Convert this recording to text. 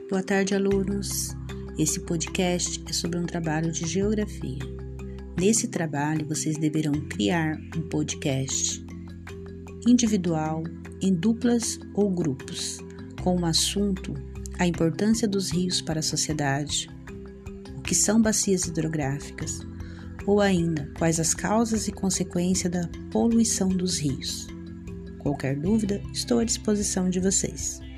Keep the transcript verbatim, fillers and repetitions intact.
Boa tarde, alunos! Esse podcast é sobre um trabalho de geografia. Nesse trabalho, vocês deverão criar um podcast individual, em duplas ou grupos, com o assunto a importância dos rios para a sociedade, o que são bacias hidrográficas, ou ainda quais as causas e consequências da poluição dos rios. Qualquer dúvida, estou à disposição de vocês.